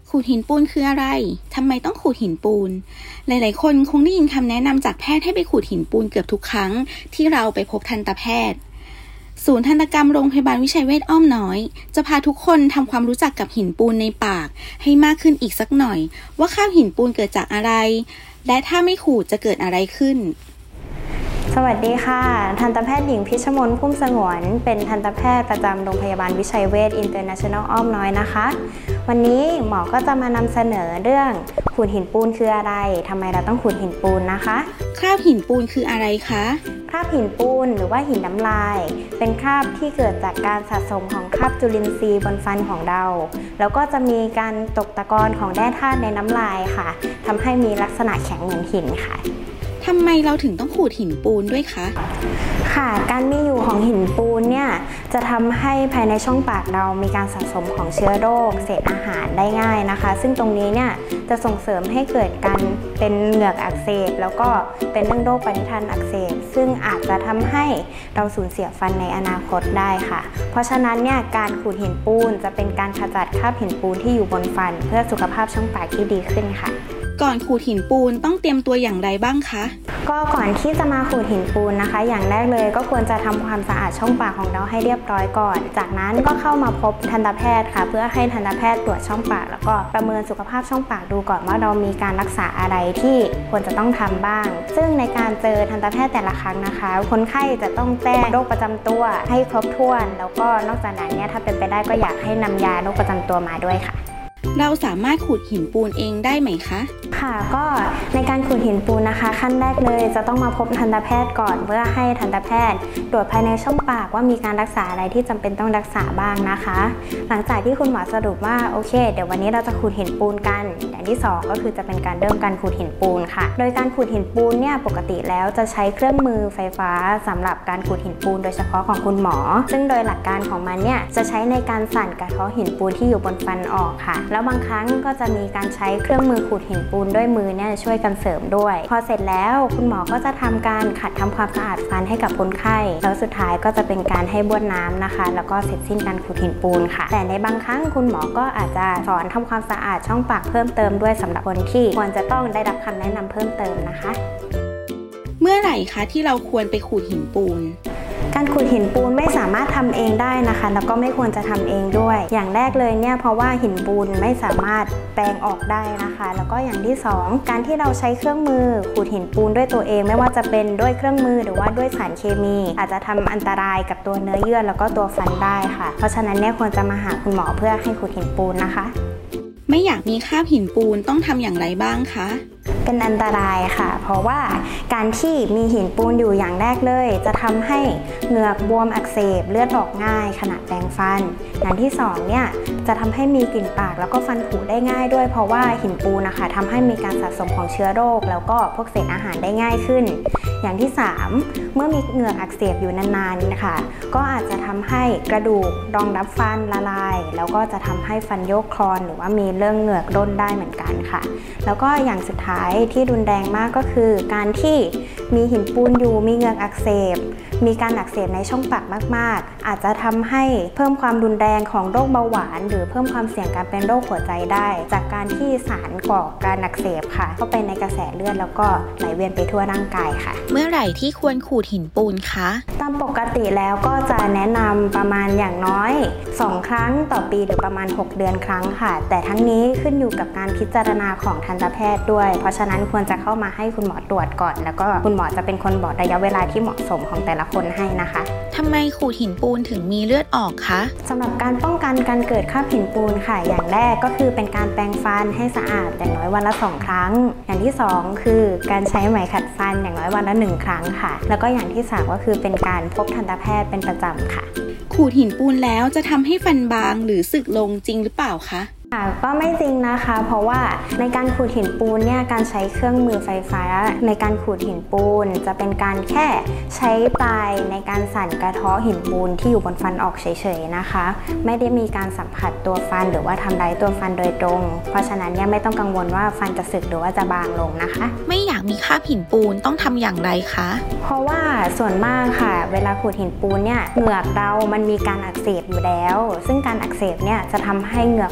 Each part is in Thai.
ขูดหินปูนคืออะไร ทำไมต้องขูดหินปูน หลายๆคนคงได้ยินคำแนะนำจากแพทย์ให้ไปขูดหินปูนเกือบทุกครั้งที่เราไปพบทันตแพทย์ศูนย์ทันตกรรมโรงพยาบาลวิชัยเวชอ้อมน้อยจะพาทุกคนทำความรู้จักกับหินปูนในปากให้มากขึ้นอีกสักหน่อยว่าคราบหินปูนเกิดจากอะไรและถ้าไม่ขูดจะเกิดอะไรขึ้นสวัสดีค่ะทันตแพทย์หญิงพิชมนพุ่มสงวนเป็นทันตแพทย์ประจำโรงพยาบาลวิชัยเวชอินเตอร์เนชั่นแนลอ้อมน้อยนะคะวันนี้หมอก็จะมานำเสนอเรื่องขูดหินปูนคืออะไรทำไมเราต้องขูดหินปูนนะคะคราบหินปูนคืออะไรคะคราบหินปูนหรือว่าหินน้ำลายเป็นคราบที่เกิดจากการสะสมของคราบจุลินทรีย์บนฟันของเราแล้วก็จะมีการตกตะกอนของแร่ธาตุในน้ำลายค่ะทำให้มีลักษณะแข็งเหมือนหินค่ะทำไมเราถึงต้องขูดหินปูนด้วยคะค่ะการมีอยู่ของหินปูนเนี่ยจะทำให้ภายในช่องปากเรามีการสะสมของเชื้อโรคเศษอาหารได้ง่ายนะคะซึ่งตรงนี้เนี่ยจะส่งเสริมให้เกิดการเป็นเหงือกอักเสบแล้วก็เป็นเรื่องโรคปณิธานอักเสบซึ่งอาจจะทำให้เราสูญเสียฟันในอนาคตได้ค่ะเพราะฉะนั้นเนี่ยการขูดหินปูนจะเป็นการขจัดคราบหินปูนที่อยู่บนฟันเพื่อสุขภาพช่องปากที่ดีขึ้นค่ะก่อนขูดหินปูนต้องเตรียมตัวอย่างไรบ้างคะก็ก่อนที่จะมาขูดหินปูนนะคะอย่างแรกเลยก็ควรจะทำความสะอาดช่องปากของเราให้เรียบร้อยก่อนจากนั้นก็เข้ามาพบทันตแพทย์ค่ะเพื่อให้ทันตแพทย์ตรวจช่องปากแล้วก็ประเมินสุขภาพช่องปากดูก่อนว่าเรามีการรักษาอะไรที่ควรจะต้องทำบ้างซึ่งในการเจอทันตแพทย์แต่ละครั้งนะคะคนไข้จะต้องแจ้งโรคประจำตัวให้ครบถ้วนแล้วก็นอกจากนั้นเนี่ยถ้าเป็นไปได้ก็อยากให้นำยาโรคประจำตัวมาด้วยค่ะเราสามารถขูดหินปูนเองได้ไหมคะค่ะก็ในการขูดหินปูนนะคะขั้นแรกเลยจะต้องมาพบทันตแพทย์ก่อนเพื่อให้ทันตแพทย์ตรวจภายในช่องปากว่ามีการรักษาอะไรที่จำเป็นต้องรักษาบ้างนะคะหลังจากที่คุณหมอสรุปว่าโอเคเดี๋ยววันนี้เราจะขูดหินปูนกันอย่างที่2ก็คือจะเป็นการเริ่มการขูดหินปูนค่ะโดยการขูดหินปูนเนี่ยปกติแล้วจะใช้เครื่องมือไฟฟ้าสำหรับการขูดหินปูนโดยเฉพาะของคุณหมอซึ่งโดยหลักการของมันเนี่ยจะใช้ในการสั่นกระเทาะหินปูนที่อยู่บนฟันออกค่ะแล้วบางครั้งก็จะมีการใช้เครื่องมือขูดหินปูนด้วยมือเนี่ยช่วยกันเสริมด้วยพอเสร็จแล้วคุณหมอก็จะทำการขัดทำความสะอาดฟันให้กับคนไข้แล้วสุดท้ายก็จะเป็นการให้บ้วนน้ำนะคะแล้วก็เสร็จสิ้นการขูดหินปูนค่ะแต่ในบางครั้งคุณหมอก็อาจจะสอนทำความสะอาดช่องปากเพิ่มเติมด้วยสำหรับคนที่ควรจะต้องได้รับคำแนะนำเพิ่มเติมนะคะเมื่อไหร่คะที่เราควรไปขูดหินปูนการขูดหินปูนไม่สามารถทำเองได้นะคะแล้วก็ไม่ควรจะทำเองด้วยอย่างแรกเลยเนี่ยเพราะว่าหินปูนไม่สามารถแปลงออกได้นะคะแล้วก็อย่างที่2การที่เราใช้เครื่องมือขูดหินปูนด้วยตัวเองไม่ว่าจะเป็นด้วยเครื่องมือหรือว่าด้วยสารเคมีอาจจะทำอันตรายกับตัวเนื้อเยื่อแล้วก็ตัวฟันได้ค่ะเพราะฉะนั้นเนี่ยควรจะมาหาคุณหมอเพื่อให้ขูดหินปูนนะคะไม่อยากมีคราบหินปูนต้องทำอย่างไรบ้างคะเป็นอันตรายค่ะเพราะว่าการที่มีหินปูนอยู่อย่างแรกเลยจะทำให้เหงือกบวมอักเสบเลือดออกง่ายขณะแปรงฟันอย่างที่2เนี่ยจะทำให้มีกลิ่นปากแล้วก็ฟันผุได้ง่ายด้วยเพราะว่าหินปูนนะคะทำให้มีการสะสมของเชื้อโรคแล้วก็พวกเศษอาหารได้ง่ายขึ้นอย่างที่3เมื่อมีเหงือกอักเสบอยู่นานๆนะคะก็อาจจะทำให้กระดูกรองรับฟันละลายแล้วก็จะทำให้ฟันโยกคลอนหรือว่ามีเรื่องเหงือกร่นได้เหมือนกันค่ะแล้วก็อย่างสุดท้ายที่รุนแรงมากก็คือการที่มีหินปูนอยู่มีเหงือกอักเสบมีการอักเสบในช่องปากมากๆอาจจะทำให้เพิ่มความรุนแรงของโรคเบาหวานหรือเพิ่มความเสี่ยงการเป็นโรคหัวใจได้จากการที่สารก่อการอักเสบค่ะเข้าไปในกระแสเลือดแล้วก็ไหลเวียนไปทั่วร่างกายค่ะเมื่อไหร่ที่ควรขูดหินปูนคะตามปกติแล้วก็จะแนะนำประมาณอย่างน้อย2ครั้งต่อปีหรือประมาณ6เดือนครั้งค่ะแต่ทั้งนี้ขึ้นอยู่กับการพิจารณาของทันตแพทย์ด้วยเพราะฉะนั้นควรจะเข้ามาให้คุณหมอตรวจก่อนแล้วก็คุณหมอจะเป็นคนบอกระยะเวลาที่เหมาะสมของแต่ละคนให้นะคะทำไมขูดหินปูนถึงมีเลือดออกคะสำหรับการป้องกันการเกิดคราบหินปูนค่ะอย่างแรกก็คือเป็นการแปรงฟันให้สะอาดอย่างน้อยวันละ2ครั้งอย่างที่2คือการใช้ไหมขัดฟันอย่างน้อยวันละ1ครั้งค่ะแล้วก็อย่างที่3ก็คือเป็นการพบทันตแพทย์เป็นประจำค่ะขูดหินปูนแล้วจะทำให้ฟันบางหรือสึกลงจริงหรือเปล่าคะก็ไม่จริงนะคะเพราะว่าในการขูดหินปูนเนี่ยการใช้เครื่องมือไฟฟ้าในการขูดหินปูนจะเป็นการแค่ใช้ปลายในการสั่นกระเทาะหินปูนที่อยู่บนฟันออกเฉยๆนะคะไม่ได้มีการสัมผัสตัวฟันหรือว่าทำร้ายตัวฟันโดยตรงเพราะฉะนั้นเนี่ยไม่ต้องกังวลว่าฟันจะสึกหรือว่าจะบางลงนะคะไม่อยากมีคราบหินปูนต้องทำอย่างไรคะเพราะว่าส่วนมากค่ะเวลาขูดหินปูนเนี่ยเหงือกเรามันมีการอักเสบอยู่แล้วซึ่งการอักเสบเนี่ยจะทำให้เหงือกของเรามัน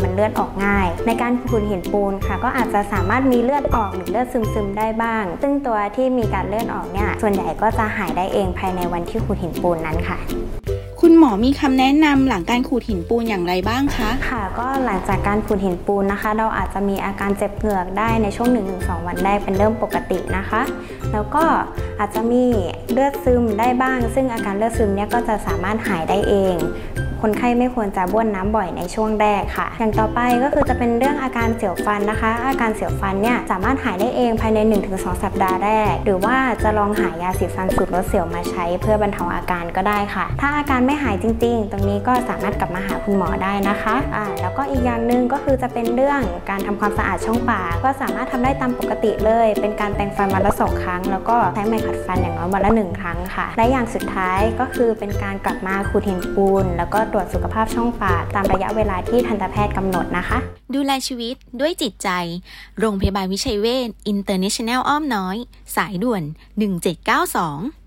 เลือดออกง่ายในการขูดหินปูนค่ะก็อาจจะสามารถมีเลือดออกหรือเลือดซึมๆได้บ้างซึ่งตัวที่มีการเลือดออกเนี่ยส่วนใหญ่ก็จะหายได้เองภายในวันที่ขูดหินปูนนั้นค่ะคุณหมอมีคำแนะนำหลังการขูดหินปูนอย่างไรบ้างคะค่ะก็หลังจากการขูดหินปูนนะคะเราอาจจะมีอาการเจ็บเหงือกได้ในช่วง 1-2 วันแรกเป็นเรื่องปกตินะคะแล้วก็อาจจะมีเลือดซึมได้บ้างซึ่งอาการเลือดซึมเนี่ยก็จะสามารถหายได้เองคนไข้ไม่ควรจะบ้วนน้ำบ่อยในช่วงแรกค่ะอย่างต่อไปก็คือจะเป็นเรื่องอาการเสียวฟันนะคะอาการเสียวฟันเนี่ยสามารถหายได้เองภายใน 1-2 สัปดาห์แรกหรือว่าจะลองหายาสีฟันสูตรลดเสียวมาใช้เพื่อบรรเทาอาการก็ได้ค่ะถ้าอาการไม่หายจริงๆตรงนี้ก็สามารถกลับมาหาคุณหมอได้นะคะแล้วก็อีกอย่างหนึ่งก็คือจะเป็นเรื่องการทำความสะอาดช่องปากก็สามารถทำได้ตามปกติเลยเป็นการแปรงฟันวันละ 2 ครั้งแล้วก็ใช้ไม้ขัดฟันอย่างน้อยวันละ 1 ครั้งค่ะและอย่างสุดท้ายก็คือเป็นการกลับมาขูดหินปูนแล้วก็ตรวจสุขภาพช่องปากตามระยะเวลาที่ทันตแพทย์กำหนดนะคะดูแลชีวิตด้วยจิตใจโรงพยาบาลวิชัยเวช International อ้อมน้อยสายด่วน1792